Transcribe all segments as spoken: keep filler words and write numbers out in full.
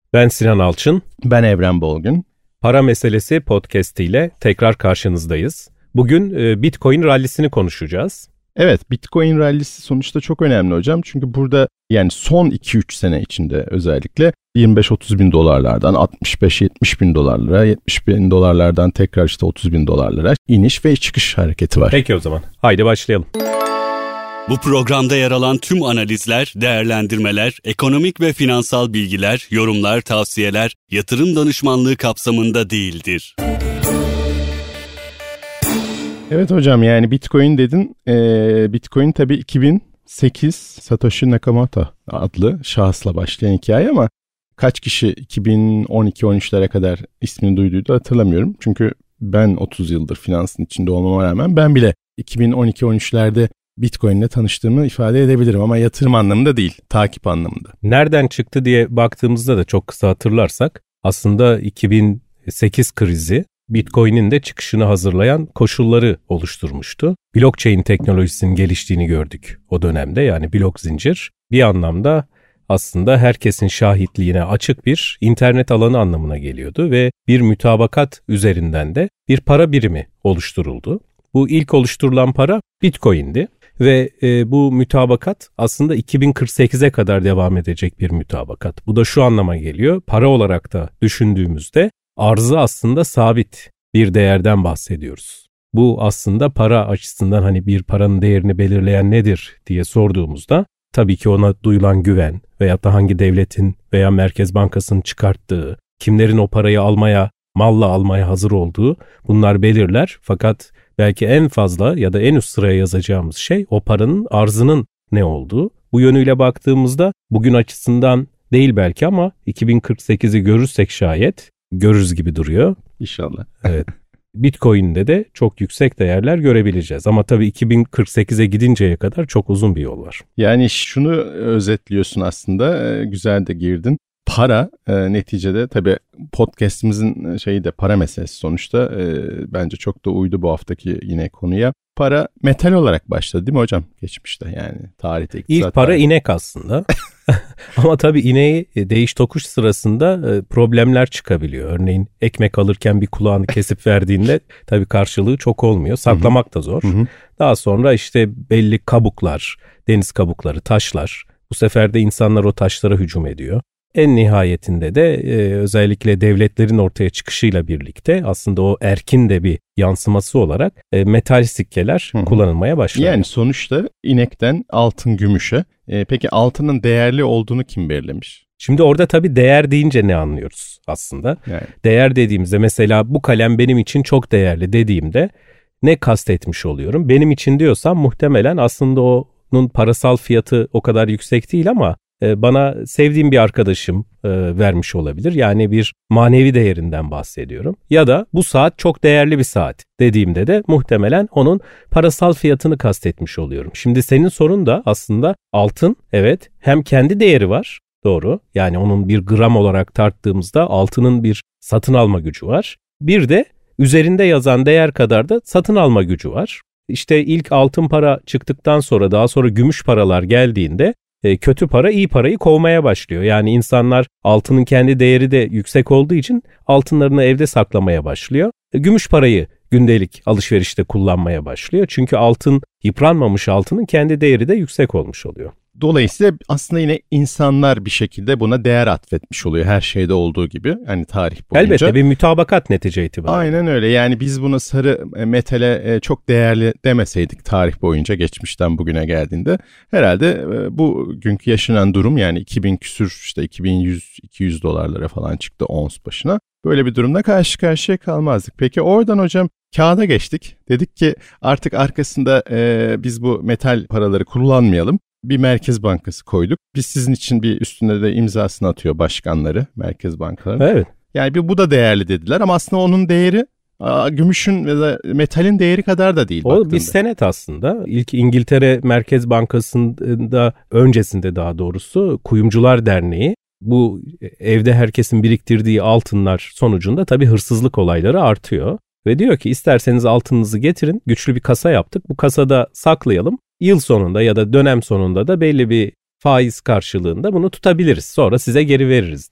Ben Sinan Alçın. Ben Evren Bolgun. Para Meselesi podcast ile tekrar karşınızdayız. Bugün Bitcoin rallisini konuşacağız. Evet, Bitcoin rallisi sonuçta çok önemli hocam. Çünkü burada yani son iki üç sene içinde özellikle yirmi beş otuz bin dolarlardan altmış beş yetmiş bin dolarlara, yetmiş bin dolarlardan tekrar işte otuz bin dolarlara iniş ve çıkış hareketi var. Peki o zaman haydi başlayalım. Bu programda yer alan tüm analizler, değerlendirmeler, ekonomik ve finansal bilgiler, yorumlar, tavsiyeler, yatırım danışmanlığı kapsamında değildir. Evet hocam, yani Bitcoin dedin. Ee, Bitcoin tabii iki bin sekiz Satoshi Nakamoto adlı şahısla başlayan hikaye ama kaç kişi iki bin on iki on üçlere kadar ismini duyduydu hatırlamıyorum. Çünkü ben otuz yıldır finansın içinde olmama rağmen ben bile iki bin on iki on üçlerde Bitcoin'le tanıştığımı ifade edebilirim ama yatırım anlamında değil, takip anlamında. Nereden çıktı diye baktığımızda da çok kısa hatırlarsak aslında iki bin sekiz krizi Bitcoin'in de çıkışını hazırlayan koşulları oluşturmuştu. Blockchain teknolojisinin geliştiğini gördük o dönemde, yani blok zincir bir anlamda aslında herkesin şahitliğine açık bir internet alanı anlamına geliyordu ve bir mütabakat üzerinden de bir para birimi oluşturuldu. Bu ilk oluşturulan para Bitcoin'di. Ve e, bu mütabakat aslında iki bin kırk sekize kadar devam edecek bir mütabakat. Bu da şu anlama geliyor. Para olarak da düşündüğümüzde arzı aslında sabit bir değerden bahsediyoruz. Bu aslında para açısından hani bir paranın değerini belirleyen nedir diye sorduğumuzda tabii ki ona duyulan güven veyahut da hangi devletin veya Merkez Bankası'nın çıkarttığı, kimlerin o parayı almaya, malla almaya hazır olduğu bunlar belirler. Fakat belki en fazla ya da en üst sıraya yazacağımız şey o paranın arzının ne olduğu. Bu yönüyle baktığımızda bugün açısından değil belki ama iki bin kırk sekizi görürsek şayet görürüz gibi duruyor. İnşallah. Evet. Bitcoin'de de çok yüksek değerler görebileceğiz. Ama tabii iki bin kırk sekize gidinceye kadar çok uzun bir yol var. Yani şunu özetliyorsun aslında, güzel de girdin. Para e, neticede tabii podcast'imizin şeyi de para meselesi sonuçta e, bence çok da uydu bu haftaki yine konuya. Para metal olarak başladı değil mi hocam geçmişte, yani tarihte. İlk para tarih. inek aslında ama tabii ineği değiş tokuş sırasında e, problemler çıkabiliyor. Örneğin ekmek alırken bir kulağını kesip verdiğinde tabii karşılığı çok olmuyor, saklamak da zor. Hı hı. Daha sonra işte belli kabuklar, deniz kabukları, taşlar, bu sefer de insanlar o taşlara hücum ediyor. En nihayetinde de e, özellikle devletlerin ortaya çıkışıyla birlikte aslında o erkin de bir yansıması olarak e, metal sikkeler Hı-hı. kullanılmaya başladı. Yani sonuçta inekten altın gümüşe. E, peki altının değerli olduğunu kim belirlemiş? Şimdi orada tabii değer deyince ne anlıyoruz aslında? Yani. Değer dediğimizde mesela bu kalem benim için çok değerli dediğimde ne kastetmiş oluyorum? Benim için diyorsam muhtemelen aslında onun parasal fiyatı o kadar yüksek değil ama bana sevdiğim bir arkadaşım e, vermiş olabilir. Yani bir manevi değerinden bahsediyorum. Ya da bu saat çok değerli bir saat dediğimde de muhtemelen onun parasal fiyatını kastetmiş oluyorum. Şimdi senin sorun da aslında altın, evet, hem kendi değeri var, doğru. Yani onun bir gram olarak tarttığımızda altının bir satın alma gücü var. Bir de üzerinde yazan değer kadar da satın alma gücü var. İşte ilk altın para çıktıktan sonra daha sonra gümüş paralar geldiğinde E, kötü para iyi parayı kovmaya başlıyor. Yani insanlar altının kendi değeri de yüksek olduğu için altınlarını evde saklamaya başlıyor. E, gümüş parayı gündelik alışverişte kullanmaya başlıyor. Çünkü altın, yıpranmamış altının kendi değeri de yüksek olmuş oluyor. Dolayısıyla aslında yine insanlar bir şekilde buna değer atfetmiş oluyor her şeyde olduğu gibi. Hani tarih boyunca. Elbette bir mütabakat netice itibariyle. Aynen öyle. Yani biz buna sarı metale çok değerli demeseydik tarih boyunca geçmişten bugüne geldiğinde herhalde bugünkü yaşanan durum, yani iki bin küsür işte iki bin yüz iki yüz dolarlara falan çıktı ons başına. Böyle bir durumda karşı karşıya kalmazdık. Peki oradan hocam kağıda geçtik. Dedik ki artık arkasında e, biz bu metal paraları kullanmayalım. Bir Merkez Bankası koyduk. Biz sizin için bir üstünde de imzasını atıyor başkanları, Merkez Bankaları. Evet. Yani bir bu da değerli dediler ama aslında onun değeri aa, gümüşün ya da metalin değeri kadar da değil. O baktığında. Bir senet aslında. İlk İngiltere Merkez Bankası'nda öncesinde daha doğrusu Kuyumcular Derneği bu evde herkesin biriktirdiği altınlar sonucunda tabii hırsızlık olayları artıyor. Ve diyor ki isterseniz altınınızı getirin, güçlü bir kasa yaptık. Bu kasada saklayalım. Yıl sonunda ya da dönem sonunda da belli bir faiz karşılığında bunu tutabiliriz. Sonra size geri veririz diye.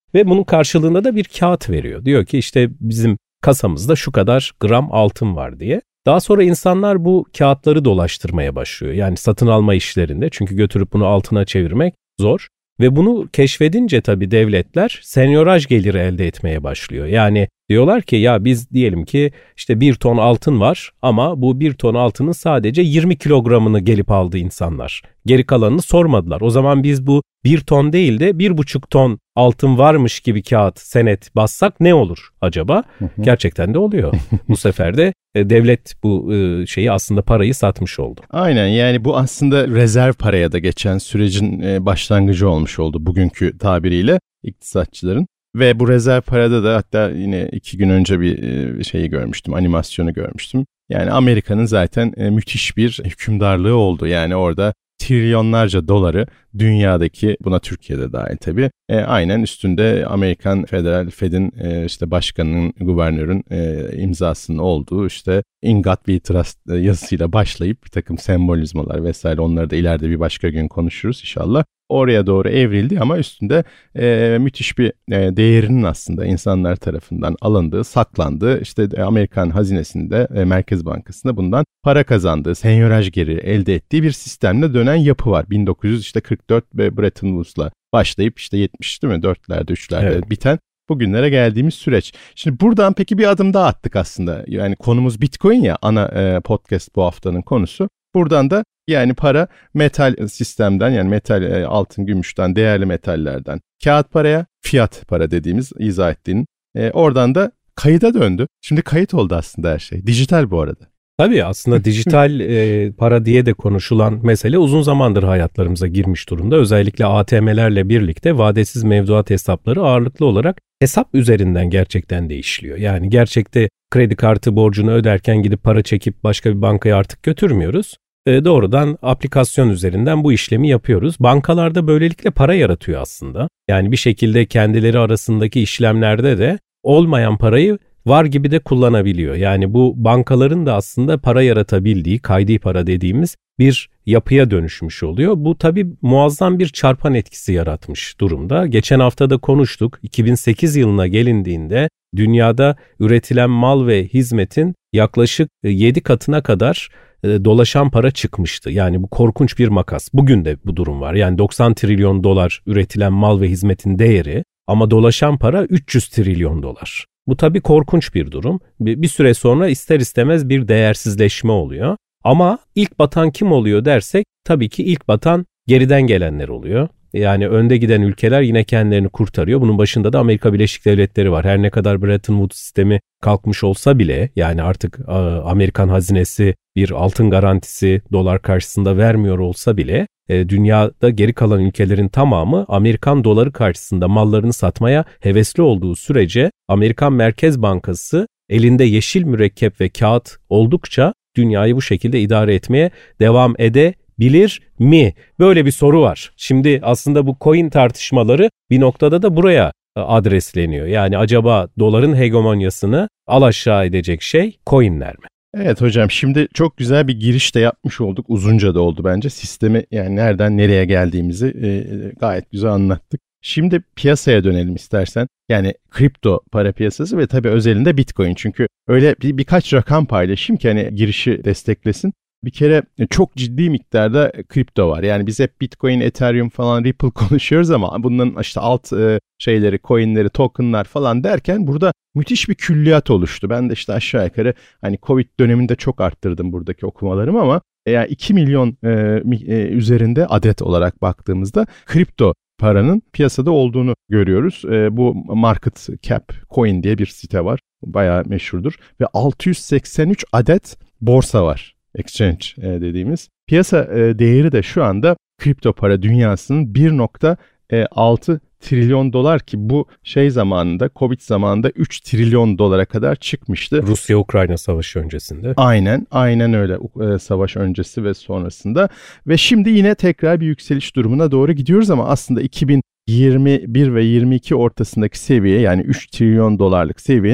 ve bunun karşılığında da bir kağıt veriyor. Diyor ki işte bizim kasamızda şu kadar gram altın var diye. Daha sonra insanlar bu kağıtları dolaştırmaya başlıyor. Yani satın alma işlerinde, çünkü götürüp bunu altına çevirmek zor. Ve bunu keşfedince tabii devletler senyoraj geliri elde etmeye başlıyor. Yani diyorlar ki ya biz diyelim ki işte bir ton altın var ama bu bir ton altının sadece yirmi kilogramını gelip aldı insanlar. Geri kalanını sormadılar. O zaman biz bu bir ton değil de bir buçuk ton altın varmış gibi kağıt, senet bassak ne olur acaba? Gerçekten de oluyor. Bu sefer de devlet bu şeyi, aslında parayı satmış oldu. Aynen, yani bu aslında rezerv paraya da geçen sürecin başlangıcı olmuş oldu bugünkü tabiriyle iktisatçıların. Ve bu rezerv parada da hatta yine iki gün önce bir şeyi görmüştüm, animasyonu görmüştüm. Yani Amerika'nın zaten müthiş bir hükümdarlığı oldu. Yani orada trilyonlarca doları dünyadaki, buna Türkiye'de dahil tabii, e, aynen üstünde Amerikan Federal Fed'in e, işte başkanının, guvernörün e, imzasının olduğu işte In God We Trust yazısıyla başlayıp bir takım sembolizmalar vesaire, onları da ileride bir başka gün konuşuruz inşallah. Oraya doğru evrildi ama üstünde e, müthiş bir e, değerinin aslında insanlar tarafından alındığı, saklandığı, işte e, Amerikan hazinesinde, e, Merkez Bankası'nda bundan para kazandığı, senyoraj geri elde ettiği bir sistemle dönen yapı var. bin dokuz yüz kırk dört ve Bretton Woods'la başlayıp işte yetmiş değil mi? Dörtlerde, üçlerde evet. biten bugünlere geldiğimiz süreç. Şimdi buradan peki bir adım daha attık aslında. Yani konumuz Bitcoin ya, ana e, podcast bu haftanın konusu. Buradan da yani para metal sistemden, yani metal, e, altın, gümüşten, değerli metallerden kağıt paraya, fiyat para dediğimiz, izah ettiğin, e, oradan da kayıda döndü. Şimdi kayıt oldu aslında her şey. Dijital bu arada. Tabii aslında dijital e, para diye de konuşulan mesele uzun zamandır hayatlarımıza girmiş durumda. Özellikle A T M'lerle birlikte vadesiz mevduat hesapları ağırlıklı olarak hesap üzerinden gerçekten de işliyor. Yani gerçekte kredi kartı borcunu öderken gidip para çekip başka bir bankaya artık götürmüyoruz. E, doğrudan aplikasyon üzerinden bu işlemi yapıyoruz. Bankalarda böylelikle para yaratıyor aslında. Yani bir şekilde kendileri arasındaki işlemlerde de olmayan parayı var gibi de kullanabiliyor. Yani bu bankaların da aslında para yaratabildiği, kaydi para dediğimiz bir yapıya dönüşmüş oluyor. Bu tabii muazzam bir çarpan etkisi yaratmış durumda. Geçen hafta da konuştuk. iki bin sekiz yılına gelindiğinde dünyada üretilen mal ve hizmetin yaklaşık yedi katına kadar dolaşan para çıkmıştı. Yani bu korkunç bir makas. Bugün de bu durum var. Yani doksan trilyon dolar üretilen mal ve hizmetin değeri ama dolaşan para üç yüz trilyon dolar. Bu tabii korkunç bir durum. Bir, bir süre sonra ister istemez bir değersizleşme oluyor. Ama ilk batan kim oluyor dersek tabii ki ilk batan geriden gelenler oluyor. Yani önde giden ülkeler yine kendilerini kurtarıyor. Bunun başında da Amerika Birleşik Devletleri var. Her ne kadar Bretton Woods sistemi kalkmış olsa bile, yani artık Amerikan hazinesi bir altın garantisi dolar karşısında vermiyor olsa bile dünyada geri kalan ülkelerin tamamı Amerikan doları karşısında mallarını satmaya hevesli olduğu sürece Amerikan Merkez Bankası elinde yeşil mürekkep ve kağıt oldukça dünyayı bu şekilde idare etmeye devam edebilir mi? Böyle bir soru var. Şimdi aslında bu coin tartışmaları bir noktada da buraya adresleniyor. Yani acaba doların hegemonyasını alaşağı edecek şey coinler mi? Evet hocam, şimdi çok güzel bir giriş de yapmış olduk. Uzunca da oldu bence. Sistemi, yani nereden nereye geldiğimizi e, gayet güzel anlattık. Şimdi piyasaya dönelim istersen. Yani kripto para piyasası ve tabii özelinde Bitcoin. Çünkü öyle bir, birkaç rakam paylaşayım ki hani girişi desteklesin. Bir kere çok ciddi miktarda kripto var. Yani biz hep Bitcoin, Ethereum falan, Ripple konuşuyoruz ama bunların işte alt e, şeyleri, coinleri, tokenlar falan derken burada müthiş bir külliyat oluştu. Ben de işte aşağı yukarı hani Covid döneminde çok arttırdım buradaki okumalarımı ama yani iki milyon e, e, üzerinde adet olarak baktığımızda kripto paranın piyasada olduğunu görüyoruz. E, bu Market Cap Coin diye bir site var. Bayağı meşhurdur. Ve altı yüz seksen üç adet borsa var. Exchange e, dediğimiz. Piyasa e, değeri de şu anda kripto para dünyasının bir nokta altı trilyon dolar, ki bu şey zamanında, Covid zamanında üç trilyon dolara kadar çıkmıştı. Rusya-Ukrayna savaşı öncesinde. Aynen, aynen öyle. E, savaş öncesi ve sonrasında. Ve şimdi yine tekrar bir yükseliş durumuna doğru gidiyoruz ama aslında iki bin yirmi bir ve yirmi iki ortasındaki seviye, yani üç trilyon dolarlık seviyenin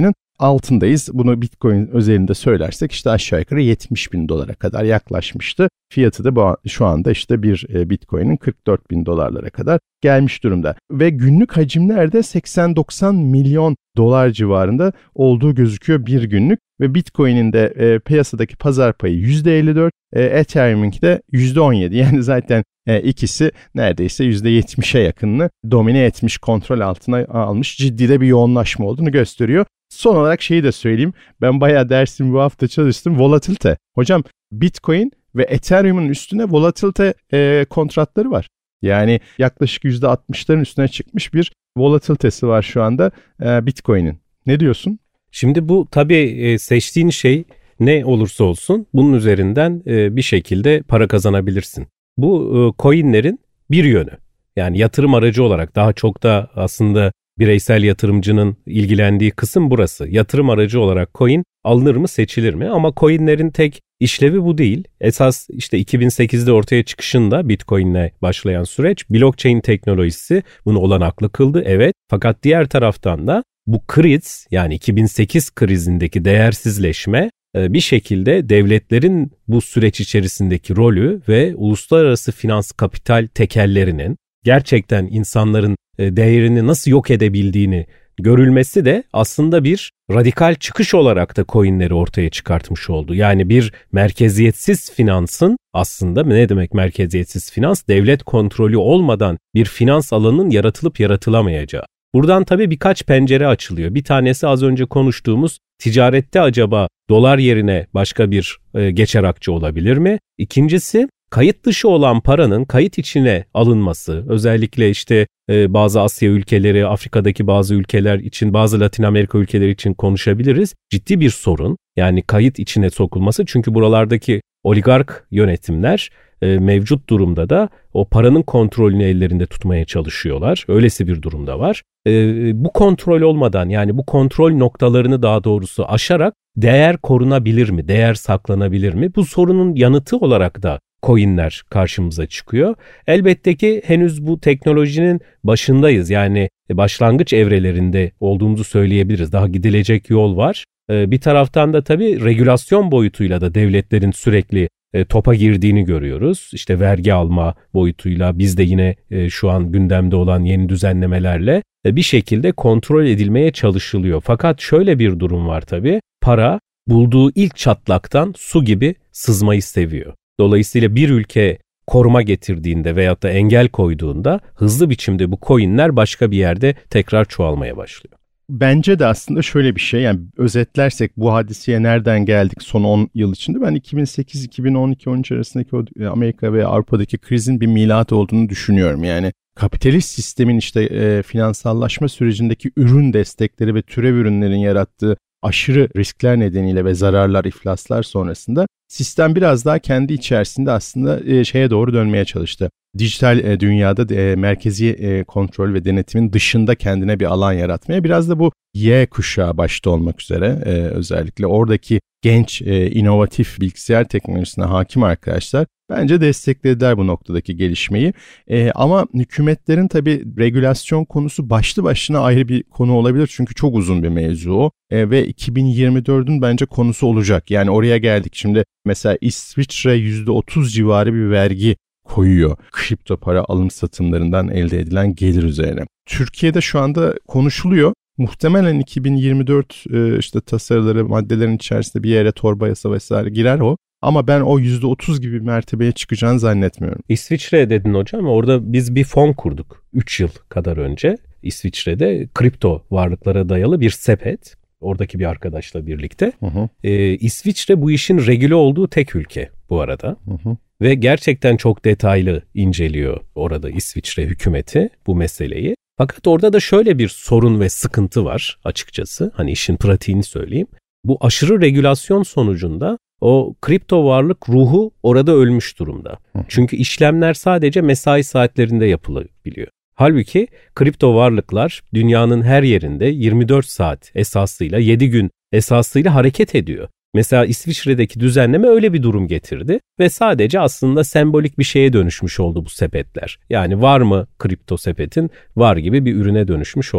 altındayız. Bunu Bitcoin özelinde söylersek işte aşağı yukarı yetmiş bin dolara kadar yaklaşmıştı. Fiyatı da bu, şu anda işte bir Bitcoin'in kırk dört bin dolarlara kadar gelmiş durumda. Ve günlük hacimler de seksen doksan milyon dolar civarında olduğu gözüküyor bir günlük. Ve Bitcoin'in de e, piyasadaki pazar payı yüzde elli dört, e, Ethereum'inki de yüzde on yedi. Yani zaten e, ikisi neredeyse yüzde yetmişe yakınını domine etmiş, kontrol altına almış, ciddi de bir yoğunlaşma olduğunu gösteriyor. Son olarak şeyi de söyleyeyim. Ben bayağı dersim bu hafta çalıştım. Volatilite. Hocam Bitcoin ve Ethereum'un üstüne volatilite e, kontratları var. Yani yaklaşık yüzde altmışların üstüne çıkmış bir volatilitesi var şu anda e, Bitcoin'in. Ne diyorsun? Şimdi bu tabii seçtiğin şey ne olursa olsun bunun üzerinden bir şekilde para kazanabilirsin. Bu coinlerin bir yönü. Yani yatırım aracı olarak daha çok da aslında bireysel yatırımcının ilgilendiği kısım burası. Yatırım aracı olarak coin alınır mı, seçilir mi? Ama coinlerin tek işlevi bu değil. Esas işte iki bin sekizde ortaya çıkışında Bitcoin'le başlayan süreç blockchain teknolojisi bunu olanaklı kıldı. Evet, fakat diğer taraftan da bu kriz, yani iki bin sekiz krizindeki değersizleşme bir şekilde devletlerin bu süreç içerisindeki rolü ve uluslararası finans kapital tekellerinin gerçekten insanların değerini nasıl yok edebildiğini görülmesi de aslında bir radikal çıkış olarak da coinleri ortaya çıkartmış oldu. Yani bir merkeziyetsiz finansın aslında ne demek merkeziyetsiz finans? Devlet kontrolü olmadan bir finans alanının yaratılıp yaratılamayacağı. Buradan tabii birkaç pencere açılıyor. Bir tanesi az önce konuştuğumuz ticarette acaba dolar yerine başka bir e, geçer akçe olabilir mi? İkincisi kayıt dışı olan paranın kayıt içine alınması. Özellikle işte e, bazı Asya ülkeleri, Afrika'daki bazı ülkeler için, bazı Latin Amerika ülkeleri için konuşabiliriz. Ciddi bir sorun. Yani kayıt içine sokulması, çünkü buralardaki oligark yönetimler e, mevcut durumda da o paranın kontrolünü ellerinde tutmaya çalışıyorlar. Öylesi bir durumda var. E, bu kontrol olmadan, yani bu kontrol noktalarını daha doğrusu aşarak değer korunabilir mi? Değer saklanabilir mi? Bu sorunun yanıtı olarak da coinler karşımıza çıkıyor. Elbette ki henüz bu teknolojinin başındayız. Yani başlangıç evrelerinde olduğumuzu söyleyebiliriz. Daha gidilecek yol var. Bir taraftan da tabii regülasyon boyutuyla da devletlerin sürekli topa girdiğini görüyoruz. İşte vergi alma boyutuyla biz de yine şu an gündemde olan yeni düzenlemelerle bir şekilde kontrol edilmeye çalışılıyor. Fakat şöyle bir durum var tabii. Para bulduğu ilk çatlaktan su gibi sızmayı seviyor. Dolayısıyla bir ülke koruma getirdiğinde veyahut da engel koyduğunda hızlı biçimde bu coinler başka bir yerde tekrar çoğalmaya başlıyor. Bence de aslında şöyle bir şey, yani özetlersek bu hadiseye nereden geldik son on yıl içinde, ben iki bin sekiz iki bin on iki on üç arasındaki o Amerika ve Avrupa'daki krizin bir milat olduğunu düşünüyorum. Yani kapitalist sistemin işte e, finansallaşma sürecindeki ürün destekleri ve türev ürünlerin yarattığı aşırı riskler nedeniyle ve zararlar, iflaslar sonrasında sistem biraz daha kendi içerisinde aslında e, şeye doğru dönmeye çalıştı. Dijital e, dünyada e, merkezi e, kontrol ve denetimin dışında kendine bir alan yaratmaya, biraz da bu Y kuşağı başta olmak üzere e, özellikle oradaki genç, e, inovatif bilgisayar teknolojisine hakim arkadaşlar bence desteklediler bu noktadaki gelişmeyi. E, ama hükümetlerin tabii regülasyon konusu başlı başına ayrı bir konu olabilir, çünkü çok uzun bir mevzu o e, ve iki bin yirmi dördün bence konusu olacak. Yani oraya geldik şimdi. Mesela İsviçre yüzde otuz civarı bir vergi koyuyor kripto para alım satımlarından elde edilen gelir üzerine. Türkiye'de şu anda konuşuluyor. Muhtemelen iki bin yirmi dört e, işte tasarıları, maddelerin içerisinde bir yere torba yasa vesaire girer o. Ama ben o yüzde otuz gibi mertebeye çıkacağını zannetmiyorum. İsviçre dedin hocam. Orada biz bir fon kurduk üç yıl kadar önce. İsviçre'de kripto varlıklara dayalı bir sepet. Oradaki bir arkadaşla birlikte. Hı hı. Ee, İsviçre bu işin regüle olduğu tek ülke bu arada. Hı hı. Ve gerçekten çok detaylı inceliyor orada İsviçre hükümeti bu meseleyi. Fakat orada da şöyle bir sorun ve sıkıntı var açıkçası. Hani işin pratiğini söyleyeyim. Bu aşırı regülasyon sonucunda o kripto varlık ruhu orada ölmüş durumda. Hı hı. Çünkü işlemler sadece mesai saatlerinde yapılabiliyor. Halbuki kripto varlıklar dünyanın her yerinde yirmi dört saat esasıyla, yedi gün esasıyla hareket ediyor. Mesela İsviçre'deki düzenleme öyle bir durum getirdi ve sadece aslında sembolik bir şeye dönüşmüş oldu bu sepetler. Yani var mı kripto sepetin? Var gibi bir ürüne dönüşmüş oldu.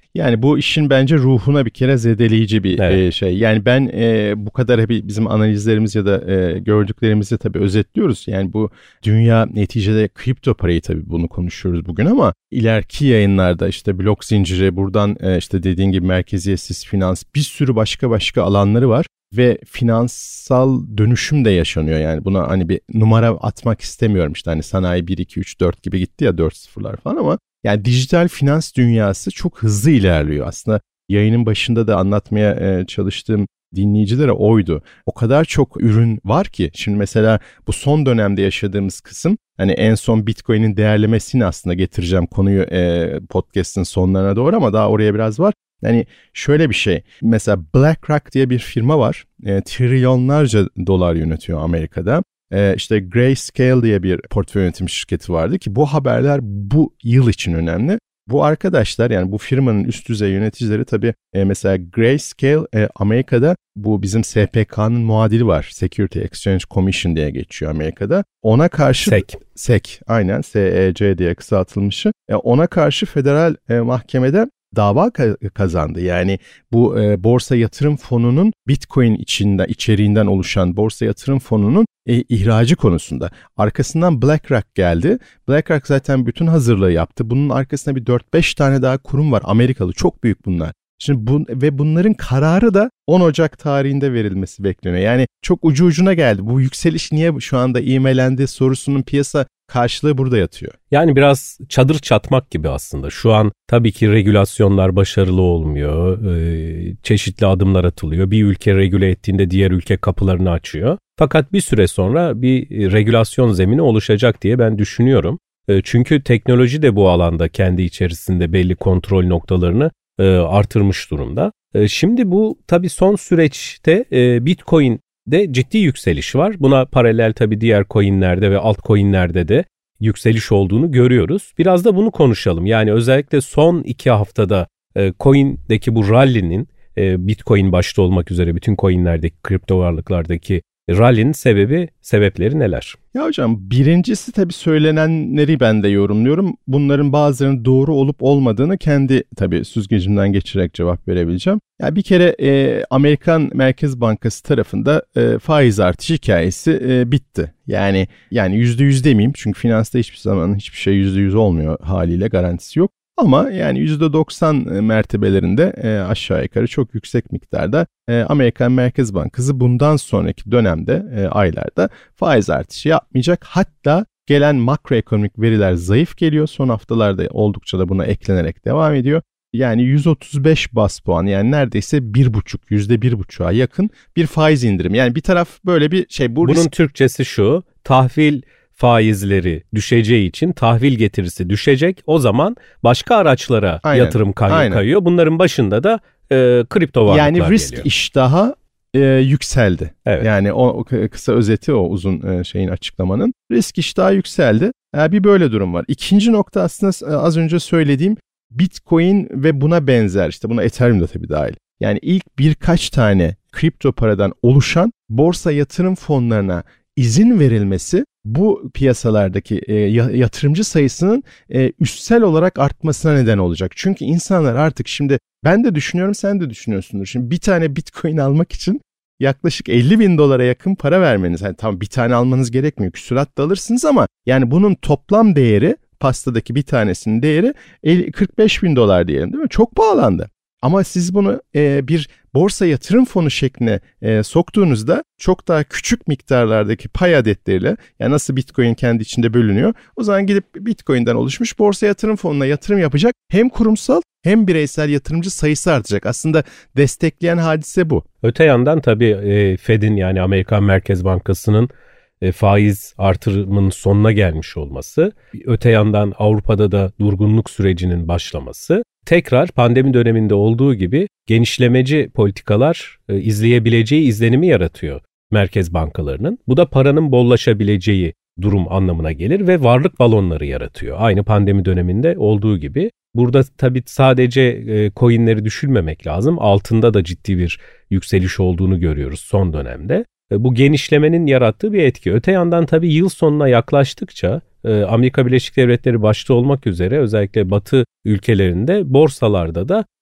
Yani bu işin bence ruhuna bir kere zedeleyici bir evet. e, şey. Yani ben e, bu kadar hep bizim analizlerimiz ya da e, gördüklerimizi tabii özetliyoruz. Yani bu dünya neticede kripto parayı tabii bunu konuşuyoruz bugün ama ileriki yayınlarda işte blok zinciri, buradan e, işte dediğin gibi merkeziyetsiz finans, bir sürü başka başka alanları var. Ve finansal dönüşüm de yaşanıyor. Yani buna hani bir numara atmak istemiyorum, işte hani sanayi bir, iki, üç, dört gibi gitti ya, dört sıfırlar falan, ama yani dijital finans dünyası çok hızlı ilerliyor. Aslında yayının başında da anlatmaya çalıştığım dinleyicilere oydu. O kadar çok ürün var ki şimdi mesela bu son dönemde yaşadığımız kısım, hani en son Bitcoin'in değerlemesini aslında getireceğim konuyu e, podcast'ın sonlarına doğru, ama daha oraya biraz var. Yani şöyle bir şey, mesela BlackRock diye bir firma var, e, trilyonlarca dolar yönetiyor Amerika'da. E, işte Grayscale diye bir portföy yönetim şirketi vardı ki bu haberler bu yıl için önemli. Bu arkadaşlar, yani bu firmanın üst düzey yöneticileri tabii e, mesela Grayscale e, Amerika'da bu bizim S P K'nın muadili var. Security Exchange Commission diye geçiyor Amerika'da. Ona karşı S E C. S E C aynen, S E C diye kısaltılmışı. E, ona karşı federal e, mahkemede dava kazandı. Yani bu e, borsa yatırım fonunun Bitcoin içinde içeriğinden oluşan borsa yatırım fonunun e, ihracı konusunda. Arkasından BlackRock geldi. BlackRock zaten bütün hazırlığı yaptı. Bunun arkasında bir dört beş tane daha kurum var. Amerikalı, çok büyük bunlar. Şimdi bu ve bunların kararı da on Ocak tarihinde verilmesi bekleniyor. Yani çok ucu ucuna geldi. Bu yükseliş niye şu anda ivmelendi sorusunun piyasa karşılığı burada yatıyor. Yani biraz çadır çatmak gibi aslında. Şu an tabii ki regülasyonlar başarılı olmuyor. Ee, çeşitli adımlar atılıyor. Bir ülke regüle ettiğinde diğer ülke kapılarını açıyor. Fakat bir süre sonra bir regülasyon zemini oluşacak diye ben düşünüyorum. Ee, çünkü teknoloji de bu alanda kendi içerisinde belli kontrol noktalarını e, artırmış durumda. E, şimdi bu tabii son süreçte e, Bitcoin de ciddi yükseliş var. Buna paralel tabii diğer coinlerde ve altcoinlerde de yükseliş olduğunu görüyoruz. Biraz da bunu konuşalım. Yani özellikle son iki haftada e, coin'deki bu rally'nin, e, Bitcoin başta olmak üzere bütün coinlerdeki, kripto varlıklardaki rally'nin sebebi, sebepleri neler? Ya hocam, birincisi tabii söylenenleri ben de yorumluyorum. Bunların bazılarının doğru olup olmadığını kendi tabii süzgecimden geçirerek cevap verebileceğim. Ya bir kere e, Amerikan Merkez Bankası tarafında e, faiz artışı hikayesi e, bitti. Yani yani yüzde yüz demeyeyim, çünkü finansta hiçbir zaman hiçbir şey yüzde yüz olmuyor, haliyle garantisi yok. Ama yani yüzde doksan mertebelerinde e, aşağı yukarı çok yüksek miktarda e, Amerikan Merkez Bankası bundan sonraki dönemde, e, aylarda faiz artışı yapmayacak. Hatta gelen makroekonomik veriler zayıf geliyor. Son haftalarda oldukça da buna eklenerek devam ediyor. Yani yüz otuz beş bas puan, yani neredeyse bir buçuk, yüzde bir buçuğa yakın bir faiz indirimi. Yani bir taraf böyle bir şey. Bu Bunun risk... Türkçesi şu: tahvil faizleri düşeceği için tahvil getirisi düşecek. O zaman başka araçlara aynen, yatırım kay- kayıyor. Bunların başında da e, kripto varlıklar yani geliyor. Yani risk iştahı e, yükseldi. Evet. Yani o, o kısa özeti, o uzun e, şeyin açıklamanın. Risk iştahı yükseldi. E, bir böyle durum var. İkinci nokta aslında e, az önce söylediğim Bitcoin ve buna benzer, işte buna Ethereum da tabii dahil. Yani ilk birkaç tane kripto paradan oluşan borsa yatırım fonlarına izin verilmesi bu piyasalardaki e, yatırımcı sayısının e, üstsel olarak artmasına neden olacak. Çünkü insanlar artık, şimdi ben de düşünüyorum, sen de düşünüyorsundur. Şimdi bir tane Bitcoin almak için yaklaşık elli bin dolara yakın para vermeniz. Yani tamam, bir tane almanız gerekmiyor. Küsurat da alırsınız ama yani bunun toplam değeri, pastadaki bir tanesinin değeri kırk beş bin dolar diyelim, değil mi? Çok pahalandı. Ama siz bunu e, bir borsa yatırım fonu şekline e, soktuğunuzda çok daha küçük miktarlardaki pay adetleriyle, yani nasıl Bitcoin kendi içinde bölünüyor, o zaman gidip Bitcoin'den oluşmuş borsa yatırım fonuna yatırım yapacak hem kurumsal hem bireysel yatırımcı sayısı artacak. Aslında destekleyen hadise bu. Öte yandan tabii e, Fed'in, yani Amerikan Merkez Bankası'nın e, faiz artırımının sonuna gelmiş olması, öte yandan Avrupa'da da durgunluk sürecinin başlaması, tekrar pandemi döneminde olduğu gibi genişlemeci politikalar e, izleyebileceği izlenimi yaratıyor merkez bankalarının. Bu da paranın bollaşabileceği durum anlamına gelir ve varlık balonları yaratıyor. Aynı pandemi döneminde olduğu gibi. Burada tabii sadece e, coinleri düşürmemek lazım. Altında da ciddi bir yükseliş olduğunu görüyoruz son dönemde. E, bu genişlemenin yarattığı bir etki. Öte yandan tabii yıl sonuna yaklaştıkça e, Amerika Birleşik Devletleri başta olmak üzere özellikle Batı ülkelerinde borsalarda da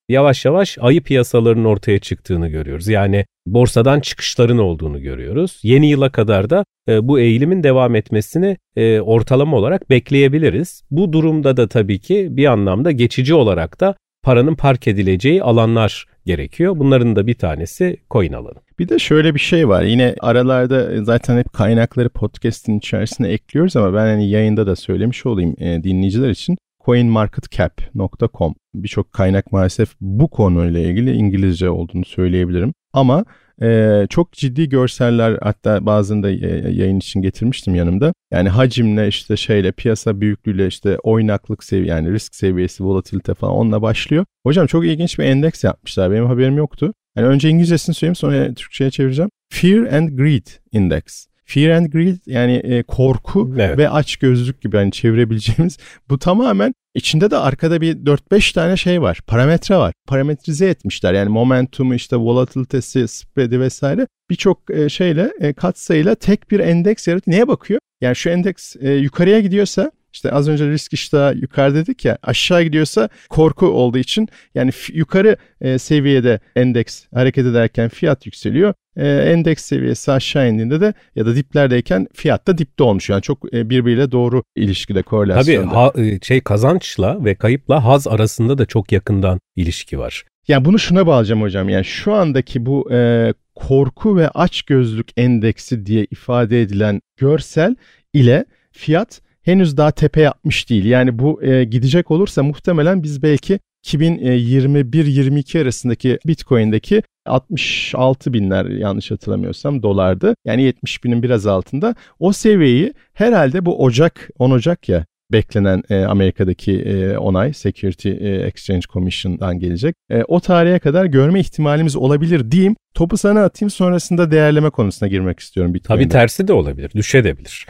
yavaş yavaş ayı piyasalarının ortaya çıktığını görüyoruz. Yani borsadan çıkışların olduğunu görüyoruz. Yeni yıla kadar da e, bu eğilimin devam etmesini e, ortalama olarak bekleyebiliriz. Bu durumda da tabii ki bir anlamda geçici olarak da paranın park edileceği alanlar gerekiyor. Bunların da bir tanesi coin alanı. Bir de şöyle bir şey var. Yine aralarda zaten hep kaynakları podcast'in içerisine ekliyoruz ama ben hani yayında da söylemiş olayım e, dinleyiciler için. coin market cap nokta com birçok kaynak maalesef bu konuyla ilgili İngilizce olduğunu söyleyebilirim. Ama e, çok ciddi görseller, hatta bazında yayın için getirmiştim yanımda. Yani hacimle işte şeyle piyasa büyüklüğüyle işte oynaklık seviye, yani risk seviyesi, volatilite falan onunla başlıyor. Hocam çok ilginç bir endeks yapmışlar. Benim haberim yoktu. Yani önce İngilizcesini söyleyeyim, sonra Türkçe'ye çevireceğim. Fear and Greed Index. Fear and Greed yani e, korku evet. ve açgözlülük gibi hani çevirebileceğimiz, bu tamamen içinde de arkada bir dört beş tane şey var. Parametre var. Parametrize etmişler. Yani momentumu, işte volatilitesi, spread'i vesaire birçok e, şeyle e, katsayıyla tek bir endeks yaratıyor. Neye bakıyor? Yani şu endeks e, yukarıya gidiyorsa, İşte az önce risk iştahı yukarı dedik ya, aşağı gidiyorsa korku olduğu için, yani f- yukarı e, seviyede endeks hareket ederken fiyat yükseliyor. E, endeks seviyesi aşağı indiğinde de ya da diplerdeyken fiyat da dipte olmuş. Yani çok e, birbiriyle doğru ilişkide, korelasyonda. Tabii ha, şey kazançla ve kayıpla haz arasında da çok yakından ilişki var. Yani bunu şuna bağlayacağım hocam. Yani şu andaki bu e, korku ve açgözlülük endeksi diye ifade edilen görsel ile fiyat henüz daha tepe yapmış değil. Yani bu e, gidecek olursa muhtemelen biz belki iki bin yirmi bir yirmi iki arasındaki Bitcoin'deki altmış altı binler yanlış hatırlamıyorsam dolardı. Yani yetmiş binin biraz altında. O seviyeyi herhalde bu Ocak, on Ocak ya beklenen e, Amerika'daki e, onay, Security Exchange Commission'dan gelecek. E, o tarihe kadar görme ihtimalimiz olabilir diyeyim. Topu sana atayım, sonrasında değerleme konusuna girmek istiyorum Bitcoin'de. Tabii tersi de olabilir, düşebilir.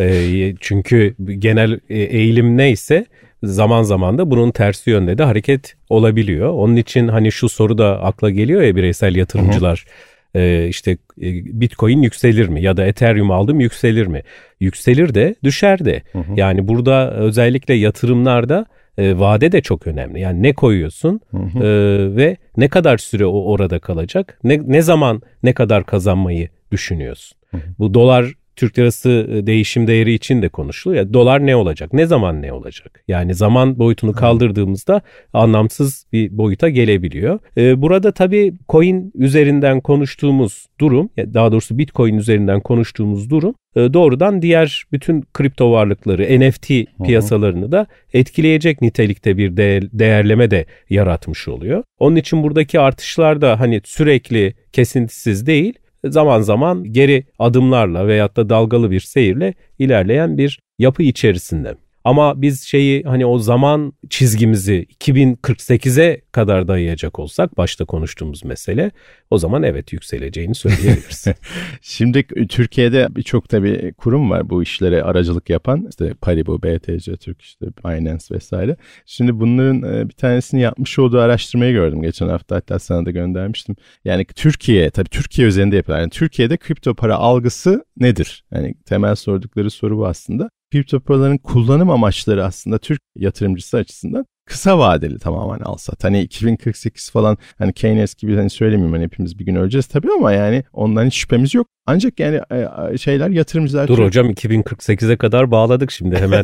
e, çünkü genel eğilim neyse zaman zaman da bunun tersi yönde de hareket olabiliyor. Onun için hani şu soru da akla geliyor ya, bireysel yatırımcılar. Ee, işte Bitcoin yükselir mi ya da Ethereum aldım yükselir mi? Yükselir de düşer de. Hı hı. Yani burada özellikle yatırımlarda e, vade de çok önemli. Yani ne koyuyorsun hı hı. E, ve ne kadar süre o orada kalacak? Ne ne zaman ne kadar kazanmayı düşünüyorsun? Hı hı. Bu dolar Türk lirası değişim değeri için de konuşuluyor. Ya, dolar ne olacak? Ne zaman ne olacak? Yani zaman boyutunu kaldırdığımızda anlamsız bir boyuta gelebiliyor. Ee, burada tabii coin üzerinden konuştuğumuz durum, daha doğrusu Bitcoin üzerinden konuştuğumuz durum doğrudan diğer bütün kripto varlıkları, N F T piyasalarını da etkileyecek nitelikte bir değerleme de yaratmış oluyor. Onun için buradaki artışlar da hani sürekli kesintisiz değil, zaman zaman geri adımlarla veyahut da dalgalı bir seyirle ilerleyen bir yapı içerisinde. Ama biz şeyi hani o zaman çizgimizi iki bin kırk sekize kadar dayayacak olsak, başta konuştuğumuz mesele, o zaman evet yükseleceğini söyleyebiliriz. Şimdi Türkiye'de birçok tabii kurum var bu işlere aracılık yapan. İşte Paribu, B T C Türk, işte Binance vesaire. Şimdi bunların bir tanesini yapmış olduğu araştırmayı gördüm geçen hafta, hatta sana da göndermiştim. Yani Türkiye, tabii Türkiye üzerinde yapıyorlar. Yani Türkiye'de kripto para algısı nedir? Yani temel sordukları soru bu aslında. Kripto paraların kullanım amaçları aslında Türk yatırımcısı açısından kısa vadeli tamamen alsat. Hani iki bin kırk sekiz falan, hani Keynes gibi hani söylemeyeyim, hani hepimiz bir gün öleceğiz tabii ama yani ondan hiç şüphemiz yok. Ancak yani şeyler, yatırımcılar... Dur hocam, iki bin kırk sekize kadar bağladık şimdi hemen.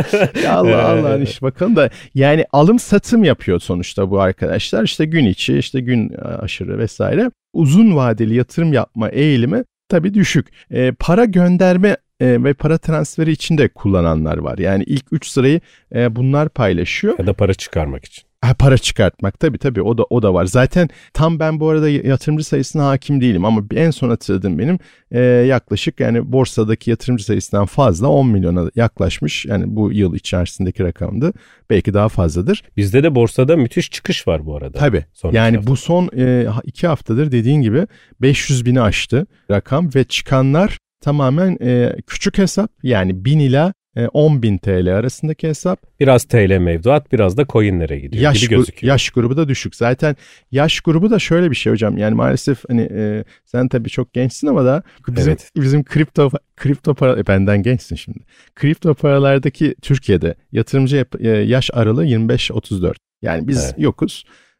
Ya Allah Allah, iş bakalım da yani alım satım yapıyor sonuçta bu arkadaşlar. İşte gün içi, işte gün aşırı vesaire. Uzun vadeli yatırım yapma eğilimi tabii düşük. E, para gönderme E, ve para transferi için de kullananlar var. Yani ilk üç sırayı e, bunlar paylaşıyor. Ya da para çıkarmak için. Ha, para çıkartmak tabii tabii o da o da var. Zaten tam ben bu arada yatırımcı sayısına hakim değilim ama en son hatırladığım benim e, yaklaşık yani borsadaki yatırımcı sayısından fazla on milyona yaklaşmış. Yani bu yıl içerisindeki rakamdı. Belki daha fazladır. Bizde de borsada müthiş çıkış var bu arada. Tabii. Yani bu son e, iki haftadır dediğin gibi beş yüz bini aştı rakam ve çıkanlar tamamen e, küçük hesap, yani bin ila e, on bin T L arasındaki hesap. Biraz T L mevduat, biraz da coinlere gidiyor yaş gibi gözüküyor. Yaş grubu da düşük. Zaten yaş grubu da şöyle bir şey hocam. Yani maalesef hani e, sen tabii çok gençsin ama da bizim evet. bizim kripto kripto para e, benden gençsin şimdi. Kripto paralardaki Türkiye'de yatırımcı yap, e, yaş aralığı yirmi beş otuz dört. Yani biz evet. yokuz.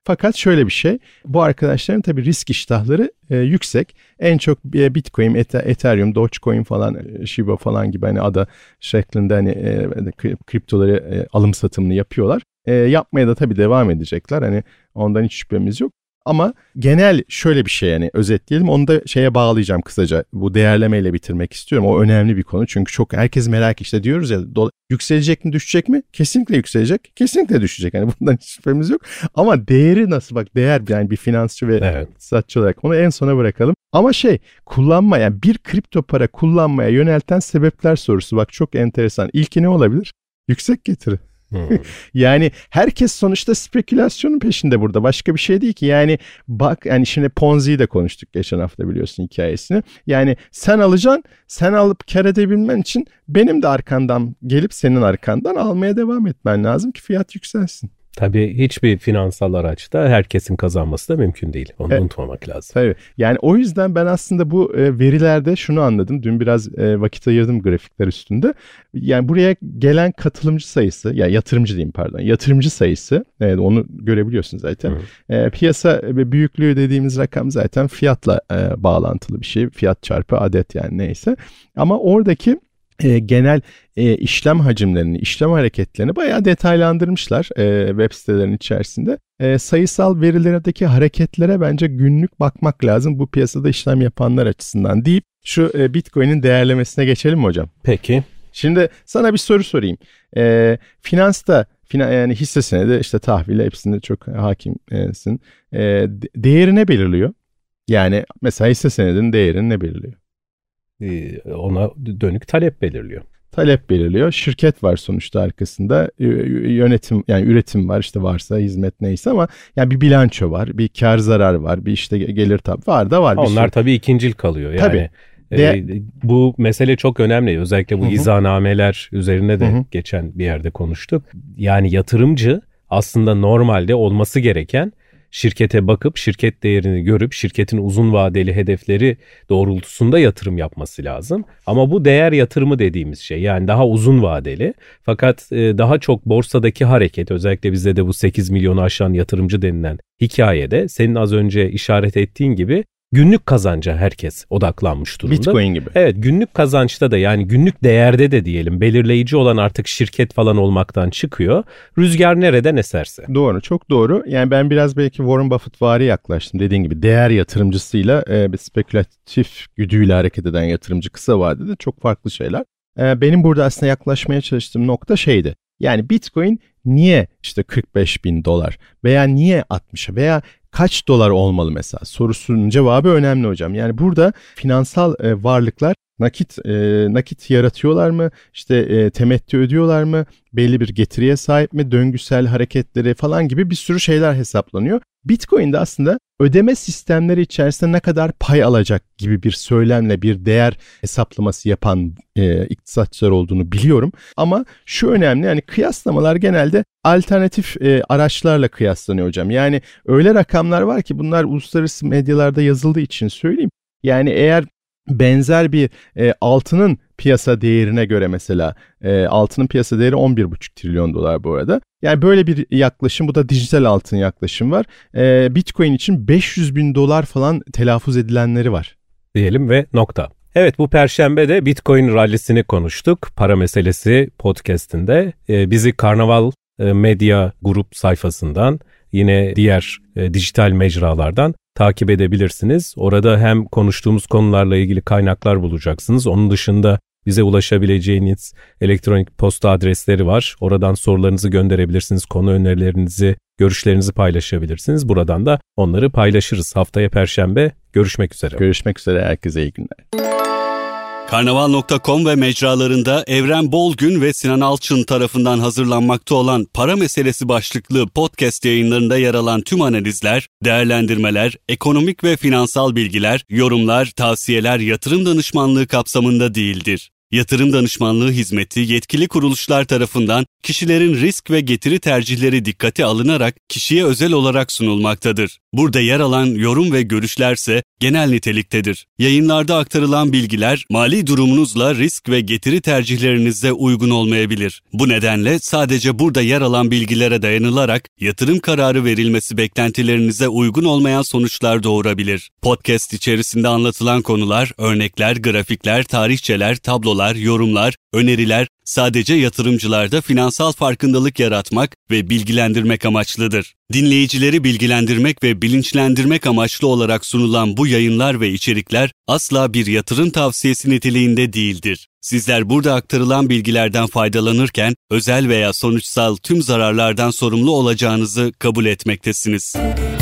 Fakat şöyle bir şey, bu arkadaşların tabii risk iştahları e, yüksek. En çok e, Bitcoin, Ethereum, Dogecoin falan, e, Shiba falan gibi hani ada şeklinde hani e, kriptoları e, alım satımını yapıyorlar. E, yapmaya da tabii devam edecekler. Hani ondan hiç şüphemiz yok. Ama genel şöyle bir şey, yani özetleyelim, onu da şeye bağlayacağım kısaca. Bu değerlemeyle bitirmek istiyorum. O önemli bir konu. Çünkü çok herkes merak, işte diyoruz ya, dola, yükselecek mi düşecek mi? Kesinlikle yükselecek. Kesinlikle düşecek. Yani bundan hiç şüphemiz yok. Ama değeri nasıl, bak değer, yani bir finansçı ve evet. iktisatçı olarak onu en sona bırakalım. Ama şey, kullanma, yani bir kripto para kullanmaya yönelten sebepler sorusu bak çok enteresan. İlki ne olabilir? Yüksek getiri. Hmm. Yani herkes sonuçta spekülasyonun peşinde burada. Başka bir şey değil ki. Yani bak, yani şimdi Ponzi'yi de konuştuk geçen hafta, biliyorsun hikayesini. Yani sen alacaksın, sen alıp kar edebilmen için benim de arkandan gelip senin arkandan almaya devam etmen lazım ki fiyat yükselsin. Tabii hiçbir finansal araçta herkesin kazanması da mümkün değil. Onu evet. unutmamak lazım. Tabii. Yani o yüzden ben aslında bu e, verilerde şunu anladım. Dün biraz e, vakit ayırdım grafikler üstünde. Yani buraya gelen katılımcı sayısı, ya yani yatırımcı diyeyim pardon. Yatırımcı sayısı, evet, onu görebiliyorsun zaten. E, piyasa büyüklüğü dediğimiz rakam zaten fiyatla e, bağlantılı bir şey. Fiyat çarpı adet, yani neyse. Ama oradaki E, genel e, işlem hacimlerini, işlem hareketlerini bayağı detaylandırmışlar e, web sitelerinin içerisinde. E, sayısal verilerdeki hareketlere bence günlük bakmak lazım bu piyasada işlem yapanlar açısından deyip şu e, Bitcoin'in değerlemesine geçelim mi hocam? Peki. Şimdi sana bir soru sorayım. E, finansta, finan, yani hisse senedi, işte tahvile, hepsinde çok hakimsin. E, değeri ne belirliyor? Yani mesela hisse senedinin değerini ne belirliyor? Ona dönük talep belirliyor. Talep belirliyor. Şirket var sonuçta arkasında. Yönetim, yani üretim var, işte varsa hizmet neyse, ama yani bir bilanço var, bir kar zarar var, bir işte gelir tab var da var. Onlar tabii ikincil kalıyor. Yani tabii. E, bu mesele çok önemli. Özellikle bu Hı-hı. izahnameler üzerine de Hı-hı. geçen bir yerde konuştuk. Yani yatırımcı aslında normalde olması gereken, şirkete bakıp şirket değerini görüp şirketin uzun vadeli hedefleri doğrultusunda yatırım yapması lazım. Ama bu değer yatırımı dediğimiz şey, yani daha uzun vadeli, fakat daha çok borsadaki hareket, özellikle bizde de bu sekiz milyonu aşan yatırımcı denilen hikayede senin az önce işaret ettiğin gibi günlük kazanca herkes odaklanmış durumda. Bitcoin gibi. Evet, günlük kazançta da, yani günlük değerde de diyelim, belirleyici olan artık şirket falan olmaktan çıkıyor. Rüzgar nereden eserse. Doğru, çok doğru. Yani ben biraz belki Warren Buffett vari yaklaştım. Dediğin gibi değer yatırımcısıyla e, bir spekülatif güdüyle hareket eden yatırımcı kısa vadede çok farklı şeyler. E, benim burada aslında yaklaşmaya çalıştığım nokta şeydi. Yani Bitcoin niye işte kırk beş bin dolar veya niye altmışa veya kaç dolar olmalı mesela sorusunun cevabı önemli hocam. Yani burada finansal e, varlıklar nakit e, nakit yaratıyorlar mı? İşte e, temettü ödüyorlar mı? Belli bir getiriye sahip mi? Döngüsel hareketleri falan gibi bir sürü şeyler hesaplanıyor. Bitcoin'de aslında ödeme sistemleri içerisinde ne kadar pay alacak gibi bir söylemle bir değer hesaplaması yapan e, iktisatçılar olduğunu biliyorum. Ama şu önemli, yani kıyaslamalar genelde alternatif e, araçlarla kıyaslanıyor hocam. Yani öyle rakamlar var ki, bunlar uluslararası medyalarda yazıldığı için söyleyeyim. Yani eğer benzer bir e, altının piyasa değerine göre, mesela e, altının piyasa değeri on bir buçuk trilyon dolar bu arada. Yani böyle bir yaklaşım, bu da dijital altın yaklaşım var. E, Bitcoin için beş yüz bin dolar falan telaffuz edilenleri var. Diyelim ve nokta. Evet, bu Perşembe de Bitcoin rallisini konuştuk. Para Meselesi podcast'inde. E, bizi Karnaval e, Medya Grup sayfasından, yine diğer e, dijital mecralardan takip edebilirsiniz. Orada hem konuştuğumuz konularla ilgili kaynaklar bulacaksınız. Onun dışında bize ulaşabileceğiniz elektronik posta adresleri var. Oradan sorularınızı gönderebilirsiniz. Konu önerilerinizi, görüşlerinizi paylaşabilirsiniz. Buradan da onları paylaşırız. Haftaya Perşembe görüşmek üzere. Görüşmek üzere. Herkese iyi günler. Karnaval nokta com ve mecralarında Evren Bolgün ve Sinan Alçın tarafından hazırlanmakta olan Para Meselesi başlıklı podcast yayınlarında yer alan tüm analizler, değerlendirmeler, ekonomik ve finansal bilgiler, yorumlar, tavsiyeler yatırım danışmanlığı kapsamında değildir. Yatırım danışmanlığı hizmeti yetkili kuruluşlar tarafından kişilerin risk ve getiri tercihleri dikkate alınarak kişiye özel olarak sunulmaktadır. Burada yer alan yorum ve görüşlerse genel niteliktedir. Yayınlarda aktarılan bilgiler mali durumunuzla risk ve getiri tercihlerinize uygun olmayabilir. Bu nedenle sadece burada yer alan bilgilere dayanılarak yatırım kararı verilmesi beklentilerinize uygun olmayan sonuçlar doğurabilir. Podcast içerisinde anlatılan konular, örnekler, grafikler, tarihçeler, tablolar, yorumlar, öneriler sadece yatırımcılarda finansal farkındalık yaratmak ve bilgilendirmek amaçlıdır. Dinleyicileri bilgilendirmek ve bilinçlendirmek amaçlı olarak sunulan bu yayınlar ve içerikler asla bir yatırım tavsiyesi niteliğinde değildir. Sizler burada aktarılan bilgilerden faydalanırken özel veya sonuçsal tüm zararlardan sorumlu olacağınızı kabul etmektesiniz.